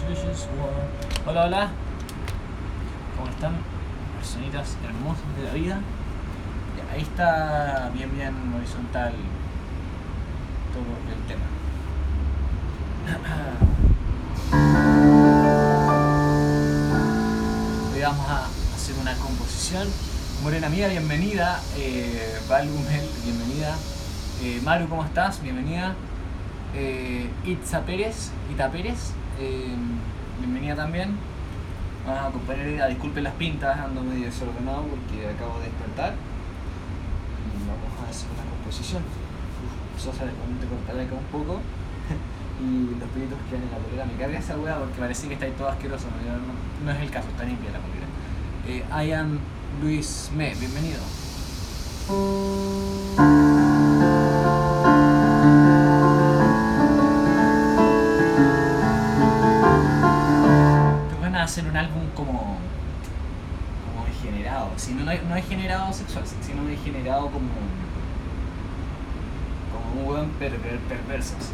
suspicious one. Hola, hola. ¿Cómo están? Personitas hermosas de la vida. Ya, ahí está bien horizontal todo el tema. Hoy vamos a hacer una composición. Morena mía, bienvenida. Valumel, bienvenida. Maru, ¿cómo estás? Bienvenida. Itza Pérez, bienvenida también. Vamos a acompañar, disculpen las pintas, ando medio desordenado porque acabo de despertar. Y vamos a hacer una composición. Sosa de cortar acá un poco. Y los pelitos quedan en la polera. Me carga esa hueá porque parece que está ahí todo asqueroso. No es el caso, está limpia la polera. I am Luis Me, bienvenido. Hacer un álbum como degenerado, si no es generado sexual, sino degenerado como un weón perverso así.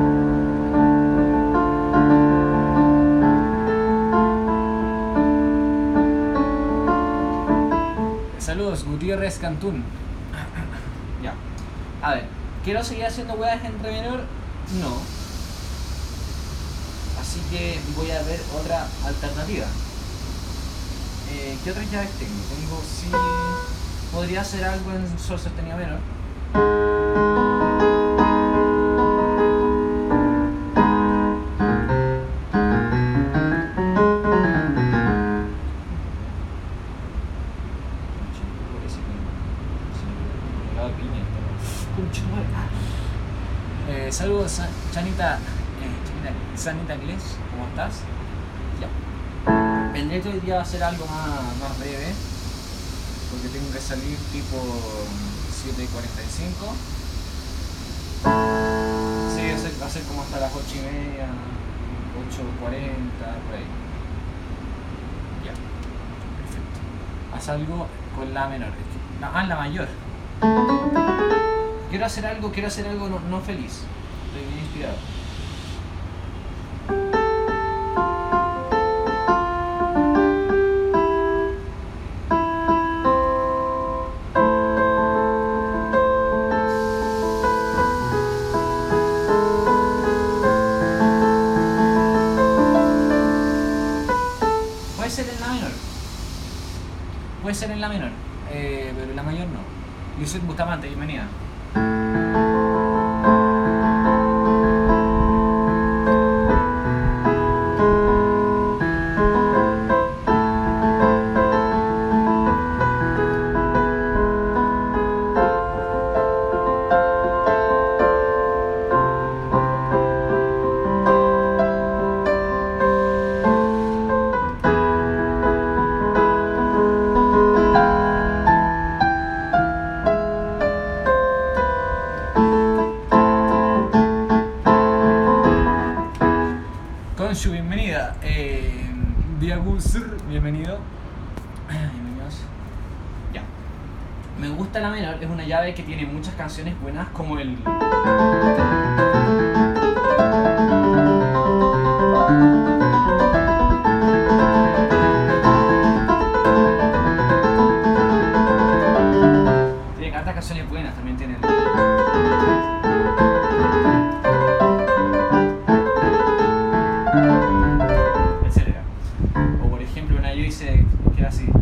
Saludos, Gutiérrez Cantún. Ya. A ver, ¿quiero seguir haciendo weas en re menor? No. Así que voy a ver otra alternativa. ¿Qué otras llaves tengo? Sí, podría hacer algo en sol sostenido menor. Saludos, Sanita Inglés, ¿cómo estás? Ya. El reto hoy día va a ser algo más breve, porque tengo que salir tipo 7:45. Sí, va a ser como hasta las 8:30, 8:40, por ahí. Ya, perfecto. Haz algo con la menor, la mayor. Quiero hacer algo no feliz. Estoy bien inspirado. Puede ser en la menor, pero en la mayor no. Yusuf Bustamante, bienvenida. Bienvenida. Diagusur, bienvenido. Bienvenidos. Ya. Me gusta la menor, es una llave que tiene muchas canciones buenas como el... Tiene hartas canciones buenas, también tiene el... que era así.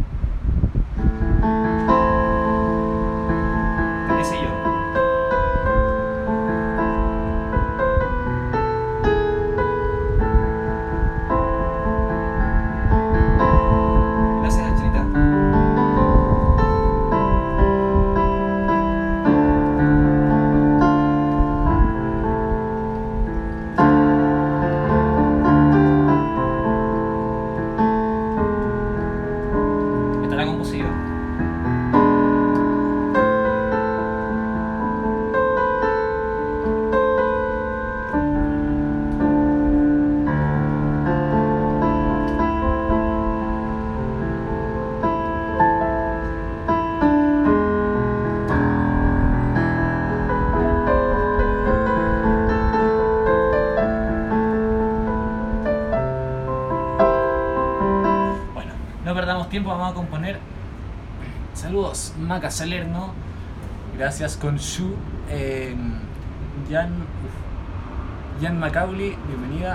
¿Qué sé yo? Gracias, Angelita. perdamos tiempo, vamos a componer. Saludos, Maca Salerno. Gracias, Konshu. Jan Macaulay, bienvenida.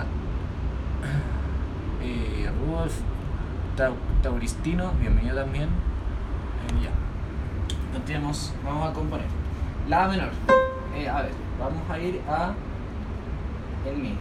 Rudolf Tauristino, bienvenido también. Ya. Continuamos, vamos a componer. La menor. A ver, vamos a ir a el Mi.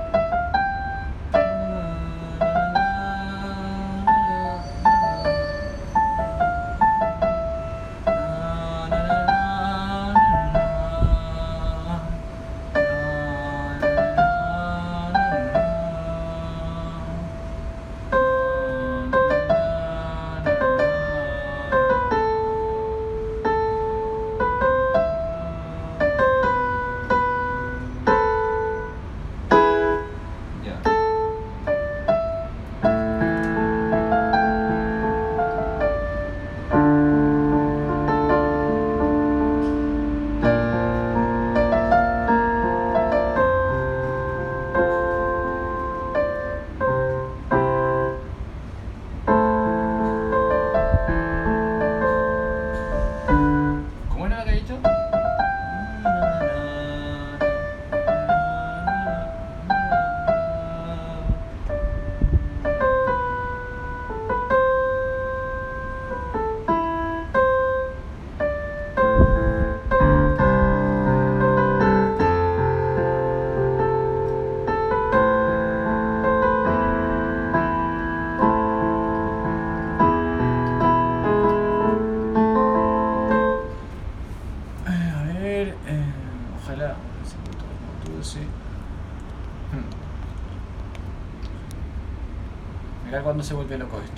Cuando se vuelve loco esto.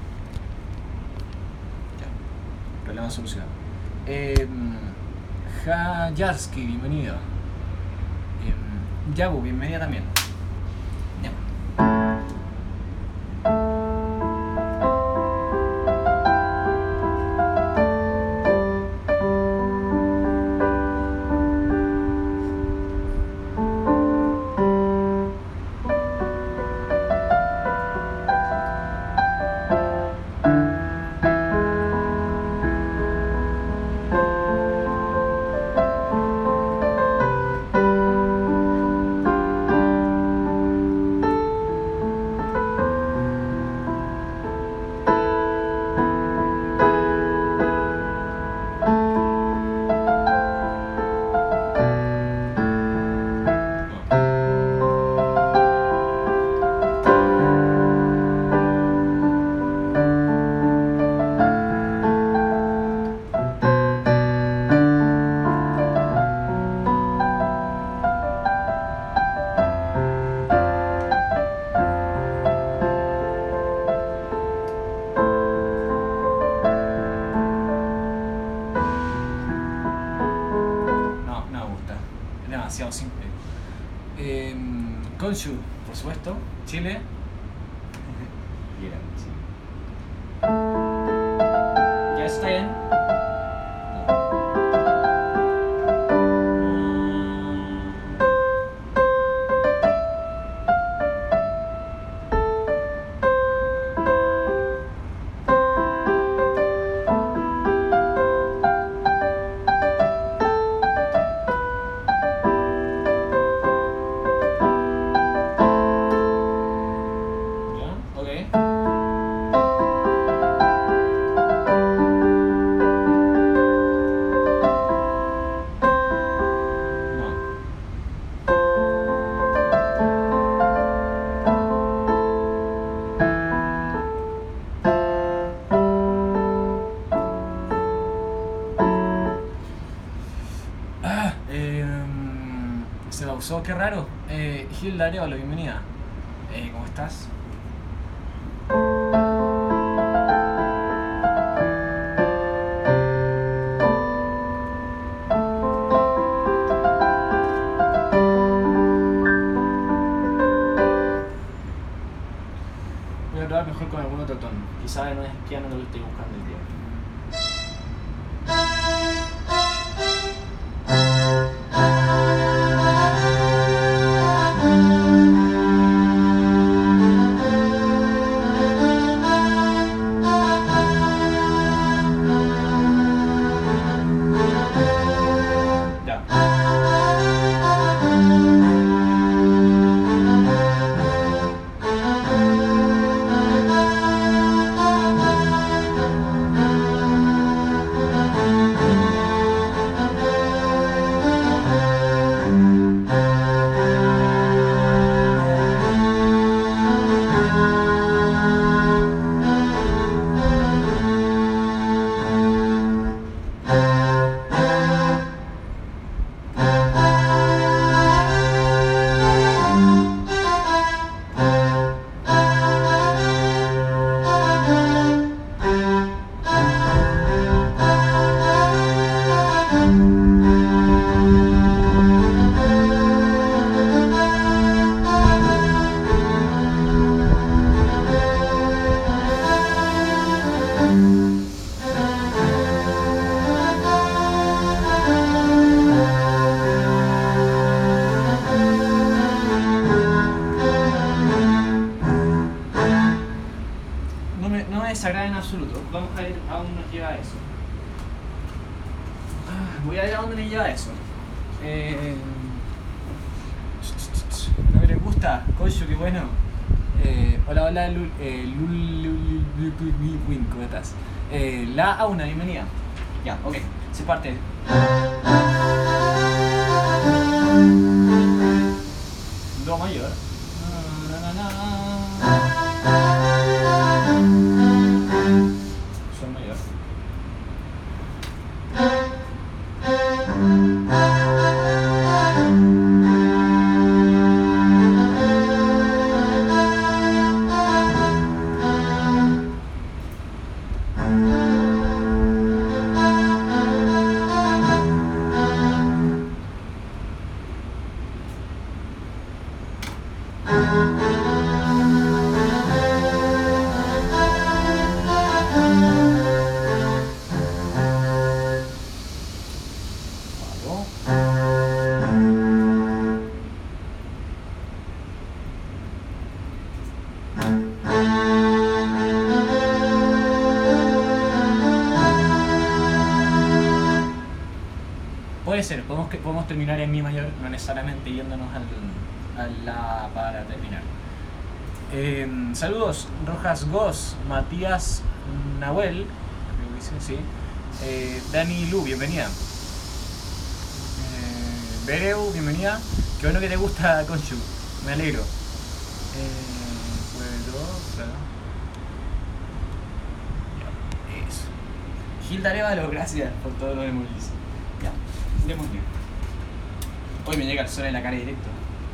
Ya. Problema solucionado. Hayarsky, bienvenido. Yabu, bienvenida también. Ya. Konshu, por supuesto, Chile. Ya está bien. Se pausó, qué raro. Hilda Arevalo, bienvenida. ¿Cómo estás? Voy a probar mejor con algún otro tono. Quizás no es piano lo que estoy buscando el día. desagrada en absoluto. Vamos a ver a dónde nos lleva eso. Voy a ver a dónde me lleva eso. No me les gusta, Koishu, qué bueno. Hola, hola, Win, ¿cómo estás? La Auna, bienvenida. Ya, ok, se parte. Do mayor. Sol mayor. Puede ser, podemos terminar en mi mayor, no necesariamente yéndonos a la para terminar. Saludos, Rojas Goss, Matías Nahuel, creo que dice, sí. Dani Lu, bienvenida. Bereu, bienvenida. Qué bueno que te gusta Konshu, me alegro. Eso. Gilda Arevalo, gracias por todos los emojis. Ya, démosle. Hoy me llega el sol en la cara directo.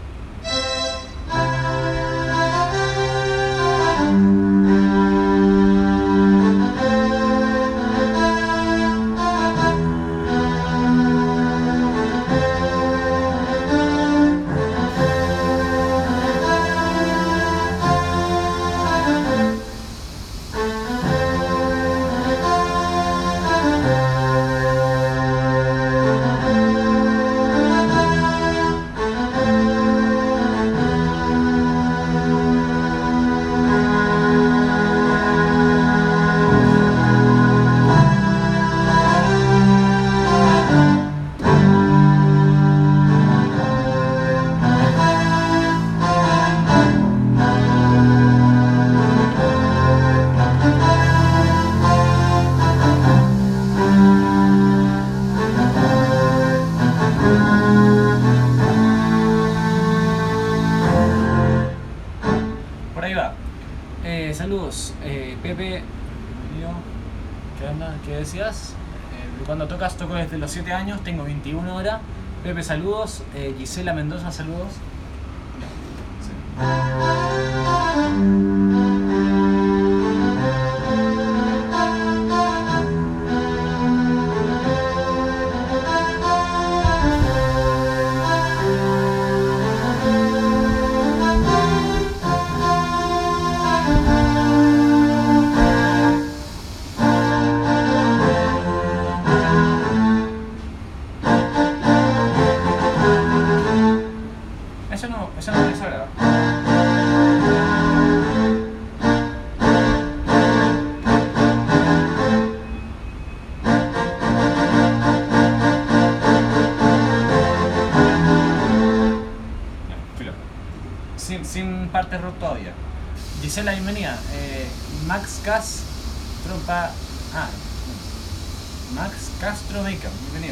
Saludos, Pepe, ¿qué onda? ¿Qué decías? Cuando tocas, toco desde los 7 años, tengo 21 ahora. Pepe, saludos. Gisela Mendoza, saludos. Eso no me desagrada. Sin parte rock todavía. Gisela, bienvenida. Max Castro Max Castro Makeup, bienvenido.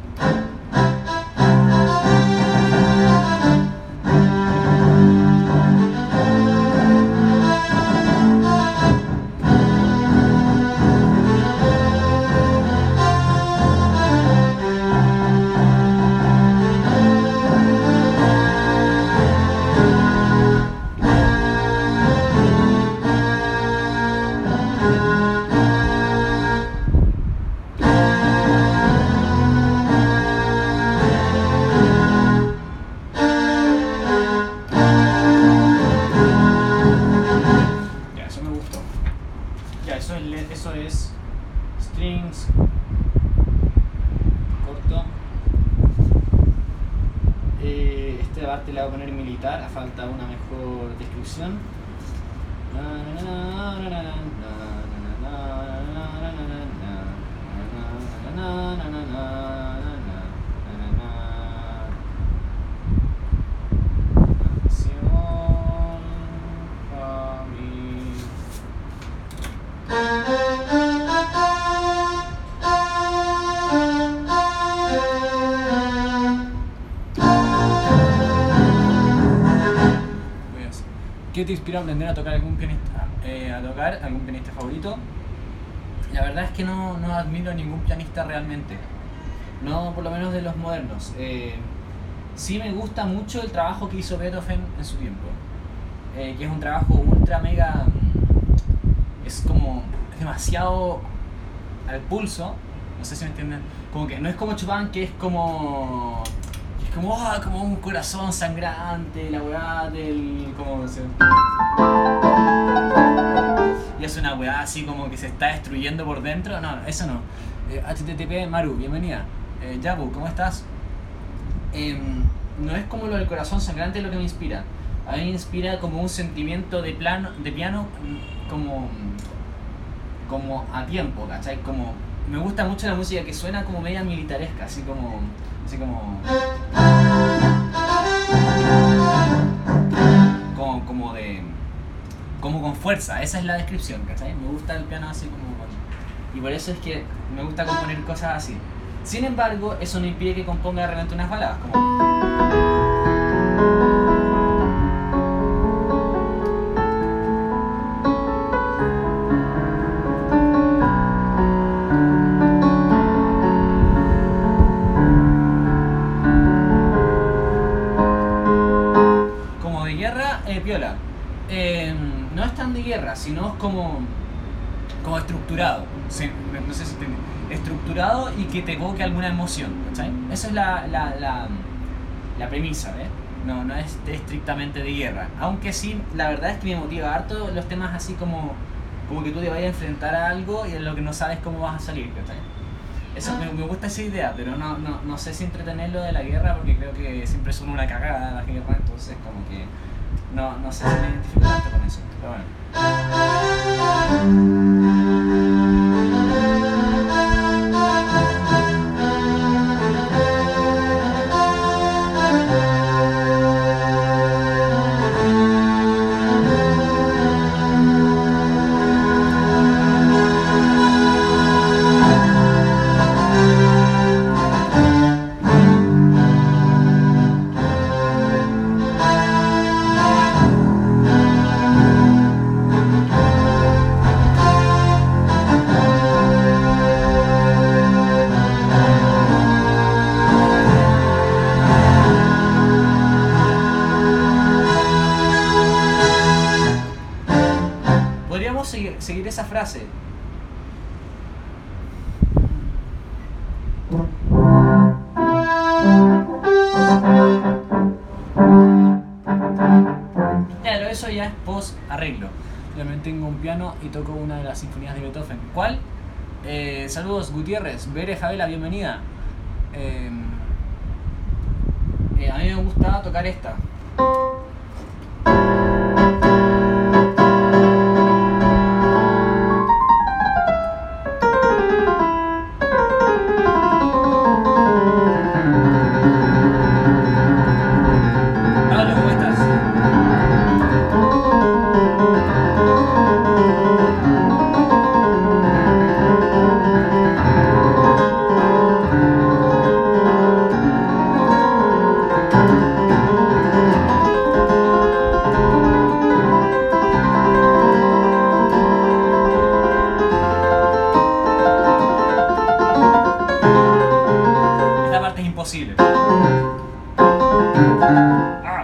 Ya, eso me gustó. Ya, eso es strings corto. Esta parte la voy a poner militar, a falta una mejor descripción. ¿Qué te inspira a aprender a tocar algún pianista? Algún pianista favorito? La verdad es que no admiro a ningún pianista realmente. No, por lo menos de los modernos. Sí me gusta mucho el trabajo que hizo Beethoven en su tiempo. Que es un trabajo ultra mega... Es como... Es demasiado al pulso. No sé si me entienden. Como que no es como Chopin, que es como... como un corazón sangrante, la weá del... ¿Cómo se llama? Y es una weá así como que se está destruyendo por dentro. No, eso no. HTTP Maru, bienvenida. Yabu, ¿cómo estás? No es como lo del corazón sangrante lo que me inspira. A mí me inspira como un sentimiento de piano como a tiempo, ¿cachai? Como... Me gusta mucho la música que suena como media militaresca, así como como con fuerza, esa es la descripción, ¿cachai? Me gusta el piano así como... Y por eso es que me gusta componer cosas así. Sin embargo, eso no impide que componga de repente unas baladas, como de guerra, piola. No es tan de guerra, sino es como estructurado. Sí, no sé si te... Estructurado y que te evoque alguna emoción, ¿cachai? Esa es la premisa, ¿ves? No es estrictamente de guerra. Aunque sí, la verdad es que me motiva harto los temas así como que tú te vayas a enfrentar a algo y en lo que no sabes cómo vas a salir, ¿cachai? Eso me gusta esa idea, pero no sé si entretenerlo de la guerra porque creo que siempre son una cagada la guerra, entonces como que no sé si me identifico tanto con eso, pero bueno. Podríamos seguir esa frase. Claro, eso ya es post arreglo. Realmente tengo un piano y toco una de las sinfonías de Beethoven. ¿Cuál? Saludos Gutiérrez, Bere Javela, bienvenida. A mí me gusta tocar esta. Pablo, ¿cómo estás? imposible. Ah.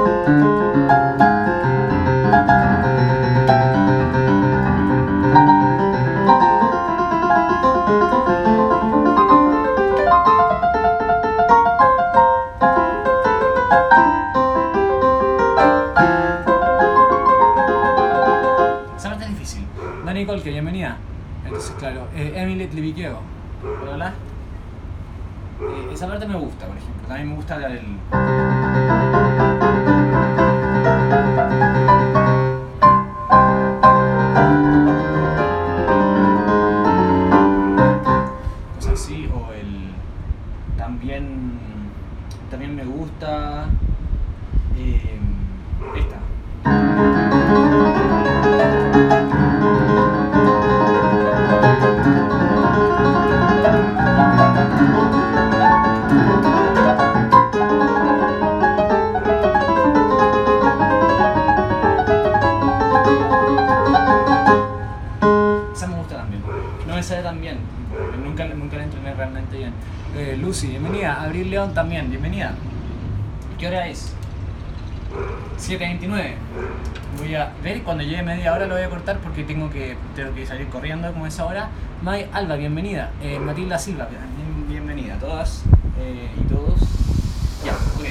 Esa parte es difícil. Dani Colque, bienvenida. Entonces, claro, Emily Tliviqueo. Hola. Esa parte me gusta, por ejemplo. También me gusta el... cosas así, o el... También me gusta... esta. Esa me gusta también. No me sale tan bien. Nunca la entrené realmente bien. Lucy, bienvenida. Abril León también, bienvenida. ¿Qué hora es? 7:29. Voy a ver, cuando llegue media hora lo voy a cortar porque tengo que salir corriendo como es ahora. May Alba, bienvenida. Matilda Silva, bienvenida a todas y todos. Ya, ok.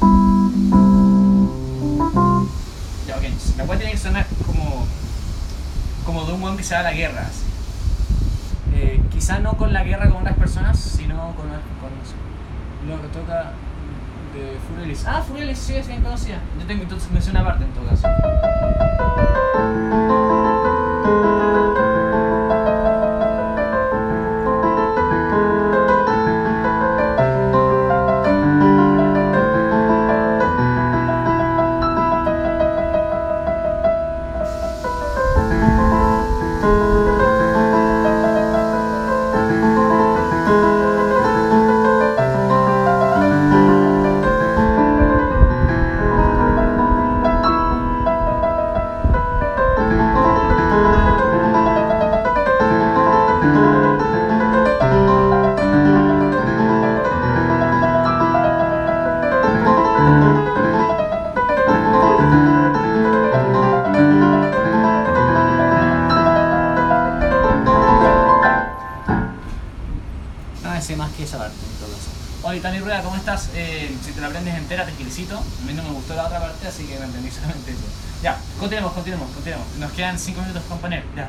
Ya, ok. La cual tiene que sonar como de un weón que se va a la guerra. Así. Quizá no con la guerra con otras personas, sino con lo que toca de Furelis. Ah, Furelis, sí, es bien conocida. Yo tengo entonces mención aparte en todo caso. Más que esa parte en todo caso. Oye, Tani Rueda, ¿cómo estás? Si te la aprendes entera te felicito. A mí no me gustó la otra parte, así que me aprendí solamente eso. Ya, continuemos. Nos quedan 5 minutos con poner. Ya,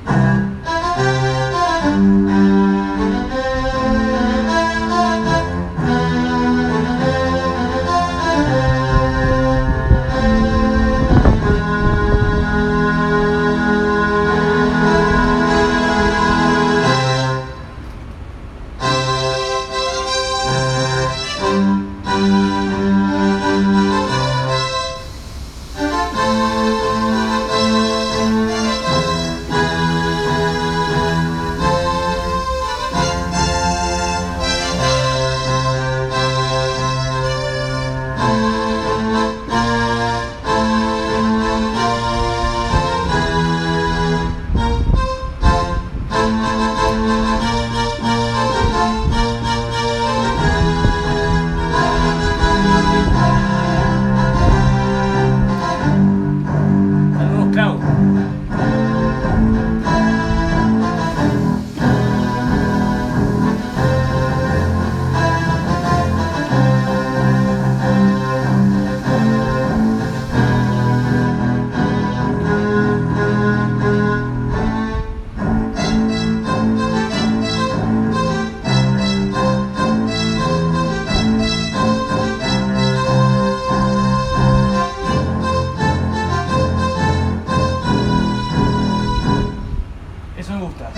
eso me gusta.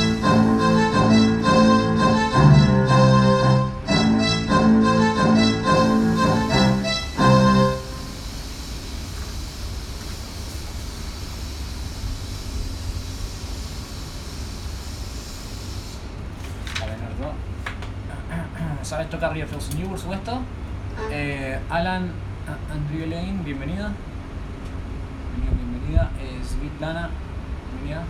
¿Sabes tocar Rio Flows New, por supuesto? Alan Andrew Lane, bienvenida. Bienvenida. Svitlana, bienvenida.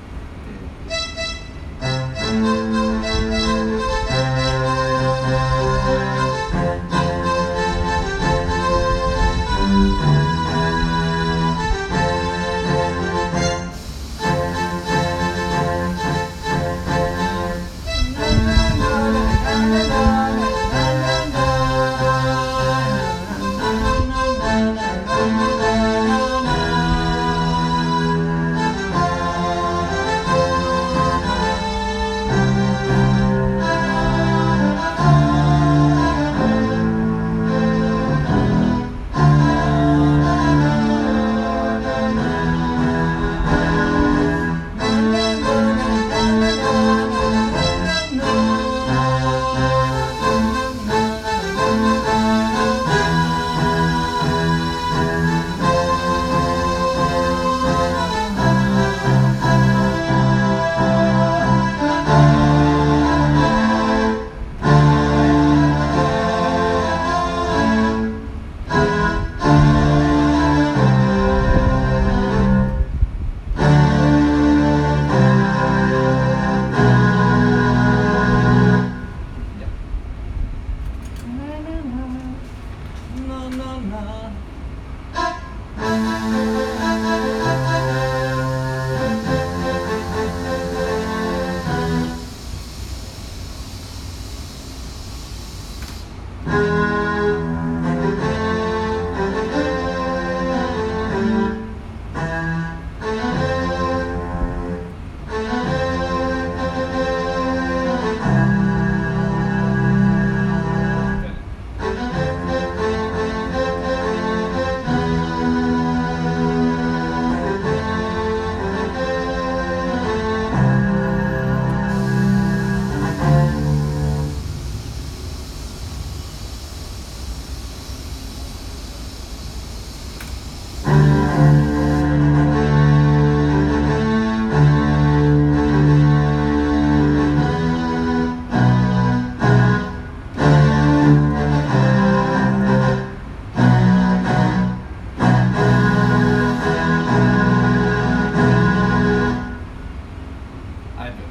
A ver,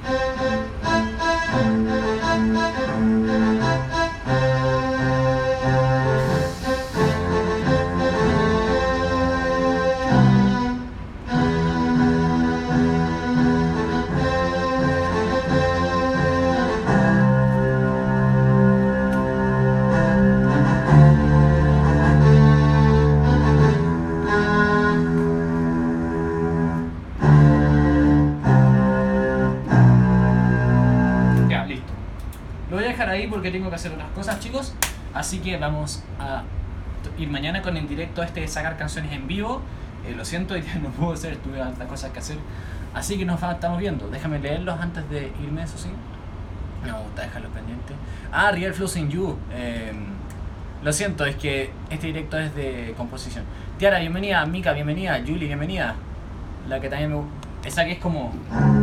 ya, listo. Lo voy a dejar ahí porque tengo que hacer otras cosas, chicos. Así que vamos a ir mañana con el directo de sacar canciones en vivo. Lo siento, hoy día no puedo hacer, tuve otras cosas que hacer. Así que nos estamos viendo. Déjame leerlos antes de irme, eso sí. No me gusta dejarlos pendientes. Ah, Real Flows in You. Lo siento, es que este directo es de composición. Tiara, bienvenida. Mika, bienvenida. Julie, bienvenida. La que también me gusta. Esa que es como...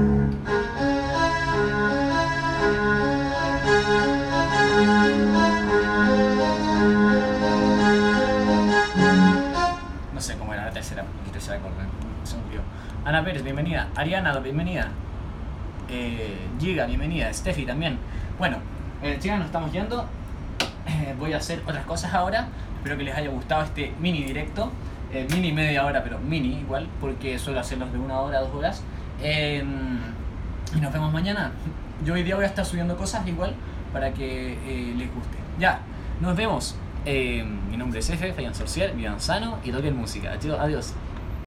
No sé cómo era la tercera acorde. Se me olvidó. Ana Pérez, bienvenida. Ariana, bienvenida. Giga, bienvenida. Steffi también. Bueno, chicas, nos estamos yendo. Voy a hacer otras cosas ahora. Espero que les haya gustado este mini directo. Mini media hora, pero mini igual, porque suelo hacerlos de 1 hora, 2 horas. Y nos vemos mañana. Yo hoy día voy a estar subiendo cosas igual para que les guste. Ya, nos vemos. Mi nombre es Efe, Fayan Sorcier, vivan sano y toquen música. Chicos, adiós.